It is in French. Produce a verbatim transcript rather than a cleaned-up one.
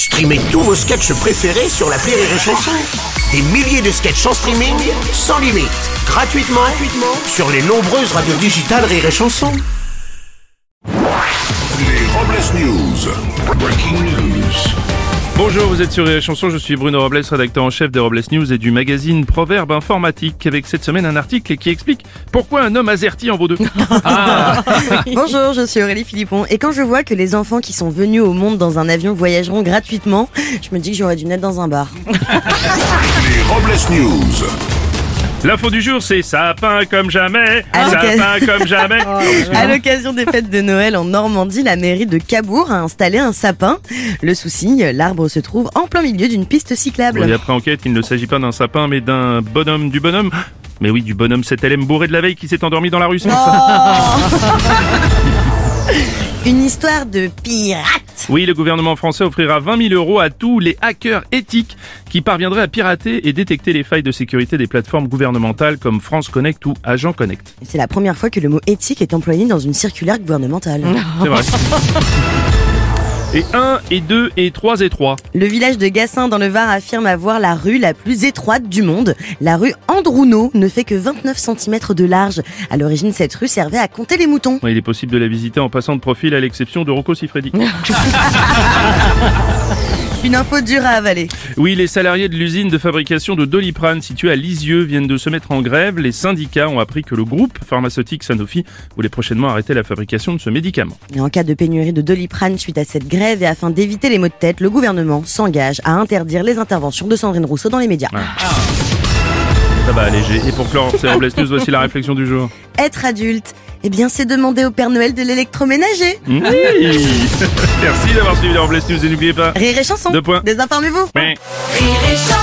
Streamez tous vos sketchs préférés sur l'appli Rire et Chanson. Des milliers de sketchs en streaming, sans limite, gratuitement, gratuitement sur les nombreuses radios digitales Rire et Chanson. Les Robles News. Breaking news. Bonjour, vous êtes sur Rire et Chanson, je suis Bruno Robles, rédacteur en chef des Robles News et du magazine Proverbe Informatique, avec cette semaine un article qui explique pourquoi un homme azerty en vaut deux. Ah. Bonjour, je suis Aurélie Philippon, et quand je vois que les enfants qui sont venus au monde dans un avion voyageront gratuitement, je me dis que j'aurais dû naître dans un bar. Les Robles News. L'info du jour, c'est sapin comme jamais, À sapin comme jamais. À l'occasion des fêtes de Noël en Normandie, la mairie de Cabourg a installé un sapin. Le souci, l'arbre se trouve en plein milieu d'une piste cyclable. Et après enquête, il ne s'agit pas d'un sapin, mais d'un bonhomme du bonhomme. Mais oui, du bonhomme sept L M bourré de la veille qui s'est endormi dans la rue, c'est pour ça. Une histoire de pirate. Oui, le gouvernement français offrira vingt mille euros à tous les hackers éthiques qui parviendraient à pirater et détecter les failles de sécurité des plateformes gouvernementales comme France Connect ou Agent Connect. C'est la première fois que le mot éthique est employé dans une circulaire gouvernementale. C'est vrai. Et un, et deux, et trois, et trois. Le village de Gassin dans le Var affirme avoir la rue la plus étroite du monde. La rue Androuneau ne fait que vingt-neuf centimètres de large. À l'origine, cette rue servait à compter les moutons. Il est possible de la visiter en passant de profil à l'exception de Rocco Siffredi. Une info dure à avaler. Oui, les salariés de l'usine de fabrication de Doliprane située à Lisieux viennent de se mettre en grève. Les syndicats ont appris que le groupe pharmaceutique Sanofi voulait prochainement arrêter la fabrication de ce médicament. Et en cas de pénurie de Doliprane suite à cette grève et afin d'éviter les maux de tête, le gouvernement s'engage à interdire les interventions de Sandrine Rousseau dans les médias. Ah. Ça va alléger. Et pour clore ces Robles News, voici la réflexion du jour. Être adulte, eh bien c'est demander au Père Noël de l'électroménager. Oui. Merci d'avoir suivi les Robles News et n'oubliez pas... Rire et Chanson. Deux points. Désinformez-vous. Ouais. Rire et Chanson.